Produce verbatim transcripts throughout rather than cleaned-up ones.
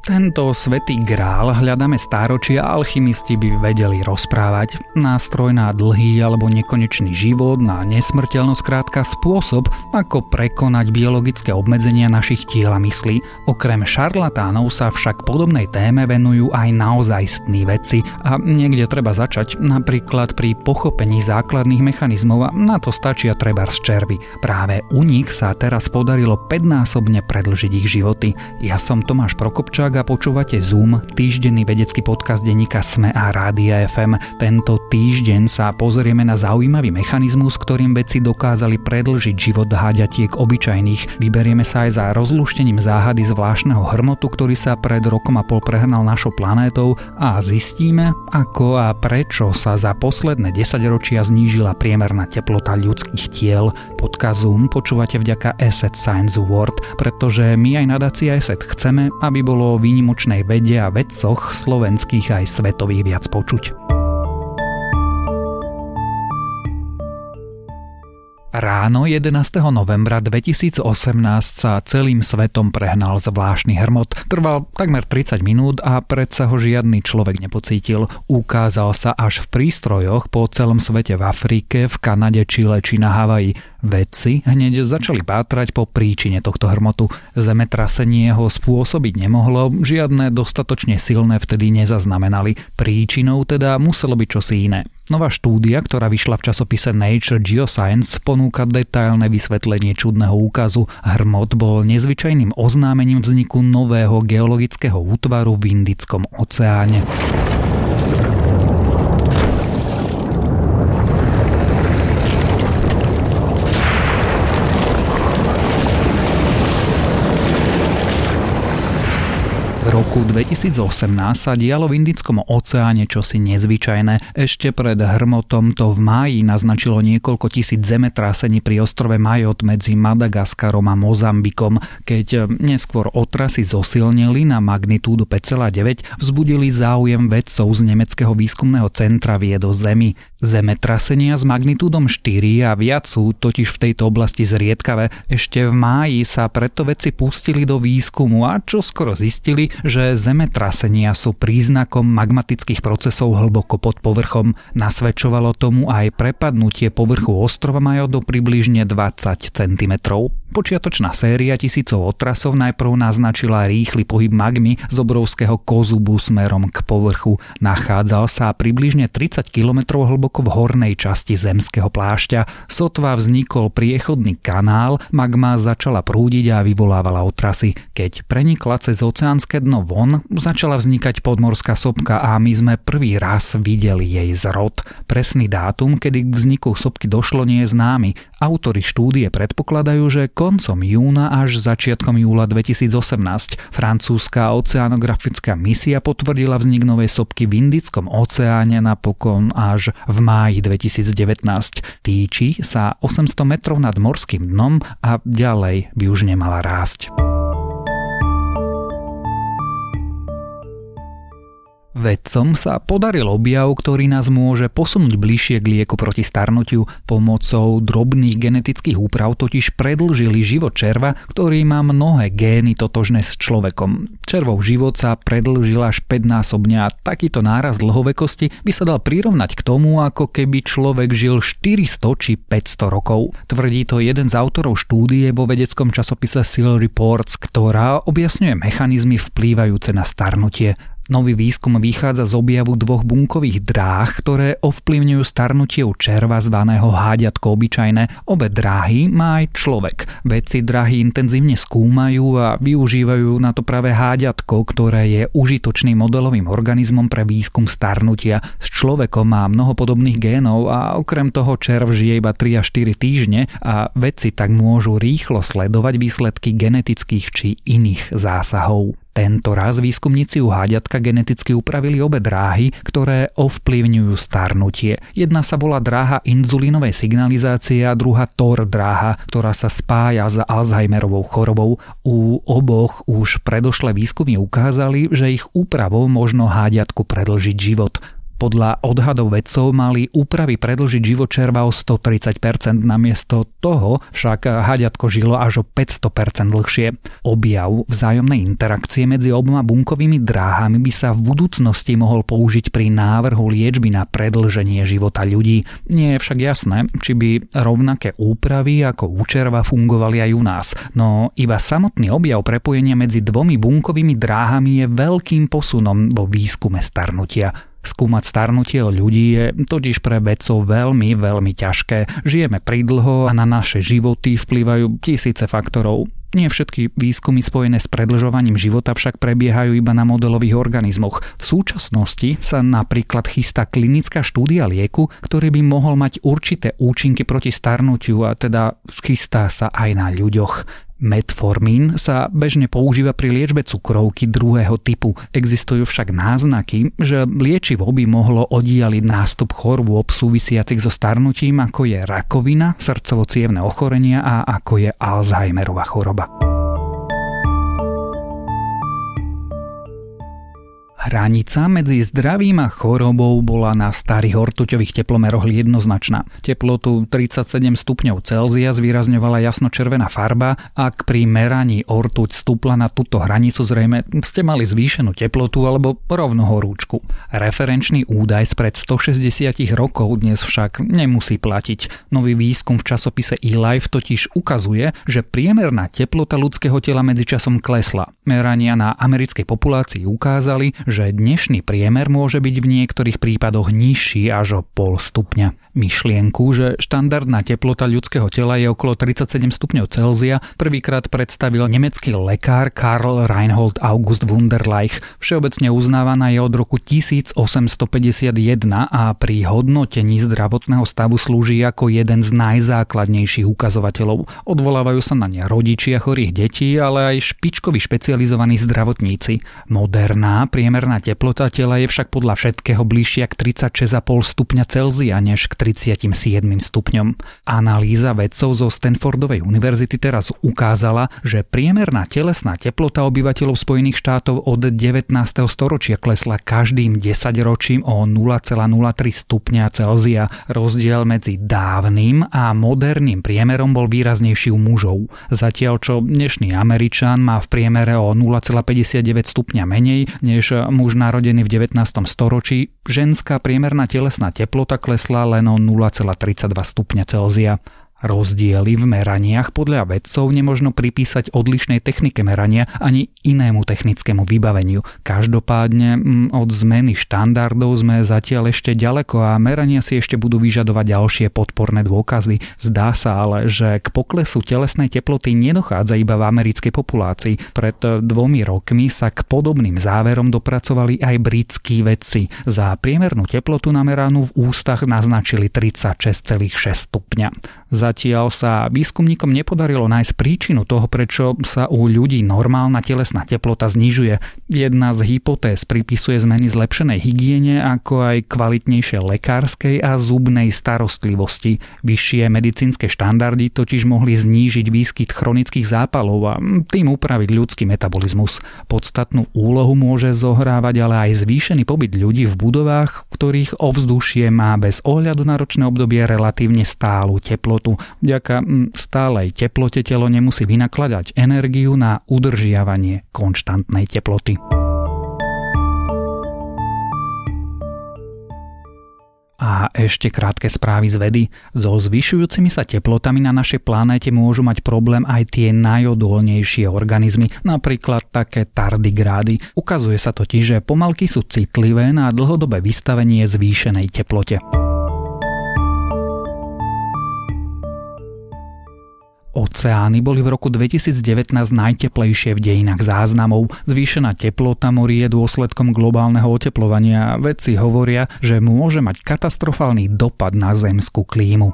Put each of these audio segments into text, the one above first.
Tento svätý grál hľadáme stáročia a alchymisti by vedeli rozprávať. Nástroj na dlhý alebo nekonečný život, na nesmrteľnosť, krátka spôsob, ako prekonať biologické obmedzenia našich tiel a myslí. Okrem šarlatánov sa však podobnej téme venujú aj naozajstní vedci a niekde treba začať, napríklad pri pochopení základných mechanizmov a na to stačia trebárs červy. Práve u nich sa teraz podarilo päťnásobne predĺžiť ich životy. Ja som Tomáš Prokopčák a počúvate Zoom, týždenný vedecký podcast denníka SME a Rádia ef em. Tento týždeň sa pozrieme na zaujímavý mechanizmus, ktorým vedci dokázali predĺžiť život háďatiek obyčajných. Vyberieme sa aj za rozlúštením záhady zvláštneho hrmotu, ktorý sa pred rokom a pol prehnal našou planétou a zistíme, ako a prečo sa za posledné desaťročia znížila priemerná teplota ľudských tiel. Podcast Zoom počúvate vďaka Asset Science Award, pretože my aj nadácia Asset chceme, aby bolo výnimočnej vede a vedcoch slovenských aj svetových viac počuť. Ráno jedenásteho novembra dvetisícosemnásť sa celým svetom prehnal zvláštny hrmot. Trval takmer tridsať minút a predsa ho žiadny človek nepocítil. Ukázal sa až v prístrojoch po celom svete, v Afrike, v Kanade, Čile či na Havaji. Vedci hneď začali pátrať po príčine tohto hrmotu. Zemetrasenie ho spôsobiť nemohlo, žiadne dostatočne silné vtedy nezaznamenali. Príčinou teda muselo byť čosi iné. Nová štúdia, ktorá vyšla v časopise Nature Geoscience, ponúka detailné vysvetlenie čudného úkazu. Hrmot bol nezvyčajným oznámením vzniku nového geologického útvaru v Indickom oceáne. V roku dvetisícosemnásť sa dialo v Indickom oceáne čosi nezvyčajné. Ešte pred hrmotom to v máji naznačilo niekoľko tisíc zemetrasení pri ostrove Majot medzi Madagaskarom a Mozambikom. Keď neskôr otrasy zosilnili na magnitúdu päť celá deväť, vzbudili záujem vedcov z nemeckého výskumného centra vied o Zemi. Zemetrasenia s magnitúdom štyri a viac sú totiž v tejto oblasti zriedkavé. Ešte v máji sa preto vedci pustili do výskumu a čo skoro zistili, že zemetrasenia sú príznakom magmatických procesov hlboko pod povrchom. Nasvedčovalo tomu aj prepadnutie povrchu ostrova Majot do približne dvadsať centimetrov. Počiatočná séria tisícov otrasov najprv naznačila rýchly pohyb magmy z obrovského kozubu smerom k povrchu. Nachádzal sa približne tridsať kilometrov hlboko v hornej časti zemského plášťa. Sotva vznikol priechodný kanál, magma začala prúdiť a vyvolávala otrasy. Keď prenikla cez oceánske dno von, začala vznikať podmorská sopka a my sme prvý raz videli jej zrod. Presný dátum, kedy k vzniku sopky došlo, nie je známy. Autori štúdie predpokladajú, že koncom júna až začiatkom júla dvetisícosemnásť francúzska oceanografická misia potvrdila vznik novej sopky v Indickom oceáne napokon až v máji dvetisícdevätnásť. Týči sa osemsto metrov nad morským dnom a ďalej by už nemala rásť. Vedcom sa podaril objav, ktorý nás môže posunúť bližšie k lieku proti starnutiu. Pomocou drobných genetických úprav totiž predĺžili život červa, ktorý má mnohé gény totožné s človekom. Červov život sa predĺžil až päťnásobne a takýto nárast dlhovekosti by sa dal prirovnať k tomu, ako keby človek žil štyristo či päťsto rokov. Tvrdí to jeden z autorov štúdie vo vedeckom časopise Cell Reports, ktorá objasňuje mechanizmy vplývajúce na starnutie. Nový výskum vychádza z objavu dvoch bunkových dráh, ktoré ovplyvňujú starnutie u červa zvaného háďatko obyčajné. Obe dráhy má aj človek. Vedci dráhy intenzívne skúmajú a využívajú na to práve háďatko, ktoré je užitočným modelovým organizmom pre výskum starnutia. S človekom má mnoho podobných génov a okrem toho červ žije iba tri až štyri týždne a vedci tak môžu rýchlo sledovať výsledky genetických či iných zásahov. Tento raz výskumníci u háďatka geneticky upravili obe dráhy, ktoré ovplyvňujú starnutie. Jedna sa volá dráha inzulínovej signalizácie a druhá T O R dráha, ktorá sa spája s Alzheimerovou chorobou. U oboch už predošlé výskumy ukázali, že ich úpravou možno háďatku predĺžiť život. Podľa odhadov vedcov mali úpravy predĺžiť život červa o stotridsať percent, namiesto toho však hadiatko žilo až o päťsto percent dlhšie. Objav vzájomnej interakcie medzi oboma bunkovými dráhami by sa v budúcnosti mohol použiť pri návrhu liečby na predĺženie života ľudí. Nie je však jasné, či by rovnaké úpravy ako u červa fungovali aj u nás. No iba samotný objav prepojenia medzi dvomi bunkovými dráhami je veľkým posunom vo výskume starnutia. Skúmať starnutie o ľudí je totiž pre vedcov veľmi, veľmi ťažké. Žijeme pridlho a na naše životy vplývajú tisíce faktorov. Nie všetky výskumy spojené s predĺžovaním života však prebiehajú iba na modelových organizmoch. V súčasnosti sa napríklad chystá klinická štúdia lieku, ktorý by mohol mať určité účinky proti starnutiu, a teda chystá sa aj na ľuďoch. Metformín sa bežne používa pri liečbe cukrovky druhého typu. Existujú však náznaky, že liečivo by mohlo oddialiť nástup chorôb súvisiacich so starnutím, ako je rakovina, srdcovo-cievne ochorenia a ako je Alzheimerova choroba. Hranica medzi zdravím a chorobou bola na starých ortuťových teplomeroch jednoznačná. Teplotu tridsaťsedem stupňov Celzia zvýrazňovala jasnočervená farba. Ak pri meraní ortuť stúpla na túto hranicu, zrejme ste mali zvýšenú teplotu alebo rovno horúčku. Referenčný údaj spred stošesťdesiat rokov dnes však nemusí platiť. Nový výskum v časopise eLife totiž ukazuje, že priemerná teplota ľudského tela medzičasom klesla. Merania na americkej populácii ukázali, že dnešný priemer môže byť v niektorých prípadoch nižší až o pol stupňa. Myšlienku, že štandardná teplota ľudského tela je okolo tridsaťsedem stupňov Celzia, prvýkrát predstavil nemecký lekár Karl Reinhold August Wunderlich. Všeobecne uznávaná je od roku tisícosemstopäťdesiatjeden a pri hodnotení zdravotného stavu slúži ako jeden z najzákladnejších ukazovateľov. Odvolávajú sa na ne rodičia chorých detí, ale aj špičkoví špecializovaní zdravotníci. Moderná priemerná teplota tela je však podľa všetkého bližšia k tridsaťšesť celá päť stupňa Celzia než k tridsaťsedem stupňom. Analýza vedcov zo Stanfordovej univerzity teraz ukázala, že priemerná telesná teplota obyvateľov Spojených štátov od devätnásteho storočia klesla každým desaťročím o nula celá nula tri stupňa Celzia. Rozdiel medzi dávnym a moderným priemerom bol výraznejší u mužov. Zatiaľ čo dnešný Američan má v priemere o nula celá päťdesiatdeväť stupňa menej než muž narodený v devätnástom storočí, ženská priemerná telesná teplota klesla len o nula celá tridsaťdva stupňa Celzia. Rozdiely v meraniach podľa vedcov nemožno pripísať odlišnej technike merania ani inému technickému vybaveniu. Každopádne od zmeny štandardov sme zatiaľ ešte ďaleko a merania si ešte budú vyžadovať ďalšie podporné dôkazy. Zdá sa ale, že k poklesu telesnej teploty nedochádza iba v americkej populácii. Pred dvomi rokmi sa k podobným záverom dopracovali aj britskí vedci. Za priemernú teplotu nameranú v ústach naznačili tridsaťšesť celá šesť stupňa. Zatiaľ sa výskumníkom nepodarilo nájsť príčinu toho, prečo sa u ľudí normálna telesná teplota znižuje. Jedna z hypotéz pripisuje zmeny zlepšenej hygiene, ako aj kvalitnejšej lekárskej a zubnej starostlivosti. Vyššie medicínske štandardy totiž mohli znížiť výskyt chronických zápalov a tým upraviť ľudský metabolizmus. Podstatnú úlohu môže zohrávať ale aj zvýšený pobyt ľudí v budovách, v ktorých ovzdušie má bez ohľadu na ročné obdobie relatívne stálu teplotu. Vďaka stálej teplote telo nemusí vynakladať energiu na udržiavanie konštantnej teploty. A ešte krátke správy z vedy. So zvyšujúcimi sa teplotami na našej planéte môžu mať problém aj tie najodolnejšie organizmy, napríklad také tardigrády. Ukazuje sa totiž, že pomalky sú citlivé na dlhodobé vystavenie zvýšenej teplote. Oceány boli v roku dvetisícdevätnásť najteplejšie v dejinách záznamov. Zvýšená teplota morí je dôsledkom globálneho oteplovania. Vedci hovoria, že môže mať katastrofálny dopad na zemskú klímu.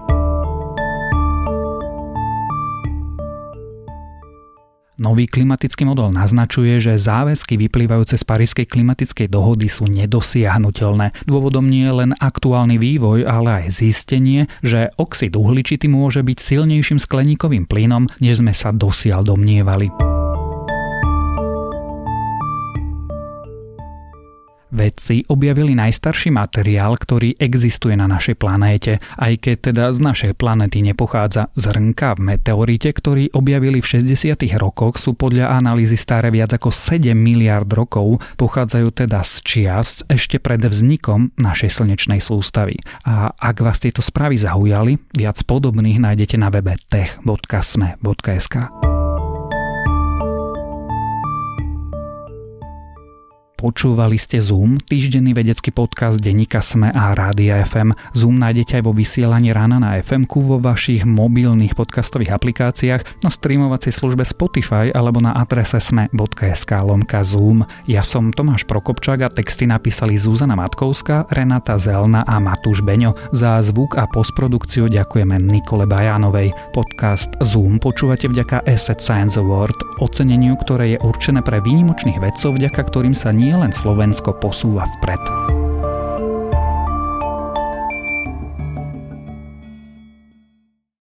Nový klimatický model naznačuje, že záväzky vyplývajúce z Parískej klimatickej dohody sú nedosiahnuteľné. Dôvodom nie je len aktuálny vývoj, ale aj zistenie, že oxid uhličitý môže byť silnejším skleníkovým plynom, než sme sa dosiaľ domnievali. Vedci objavili najstarší materiál, ktorý existuje na našej planéte, aj keď teda z našej planéty nepochádza. Zrnka v meteorite, ktorý objavili v šesťdesiatych rokoch, sú podľa analýzy staré viac ako sedem miliárd rokov, pochádzajú teda z čias ešte pred vznikom našej slnečnej sústavy. A ak vás tieto správy zaujali, viac podobných nájdete na webe tech bodka sme bodka es ká. Počúvali ste Zoom, týždenný vedecký podcast denníka SME a Rádia ef em. Zoom nájdete aj vo vysielaní rána na ef emku, vo vašich mobilných podcastových aplikáciách, na streamovacej službe Spotify alebo na adrese sme bodka es ká lomka Zoom. Ja som Tomáš Prokopčák a texty napísali Zuzana Matkovská, Renata Zelna a Matúš Beňo. Za zvuk a postprodukciu ďakujeme Nikole Bajánovej. Podcast Zoom počúvate vďaka Asset Science Award, oceneniu, ktoré je určené pre výnimočných vedcov, vďaka ktorým sa nie len Slovensko posúva vpred.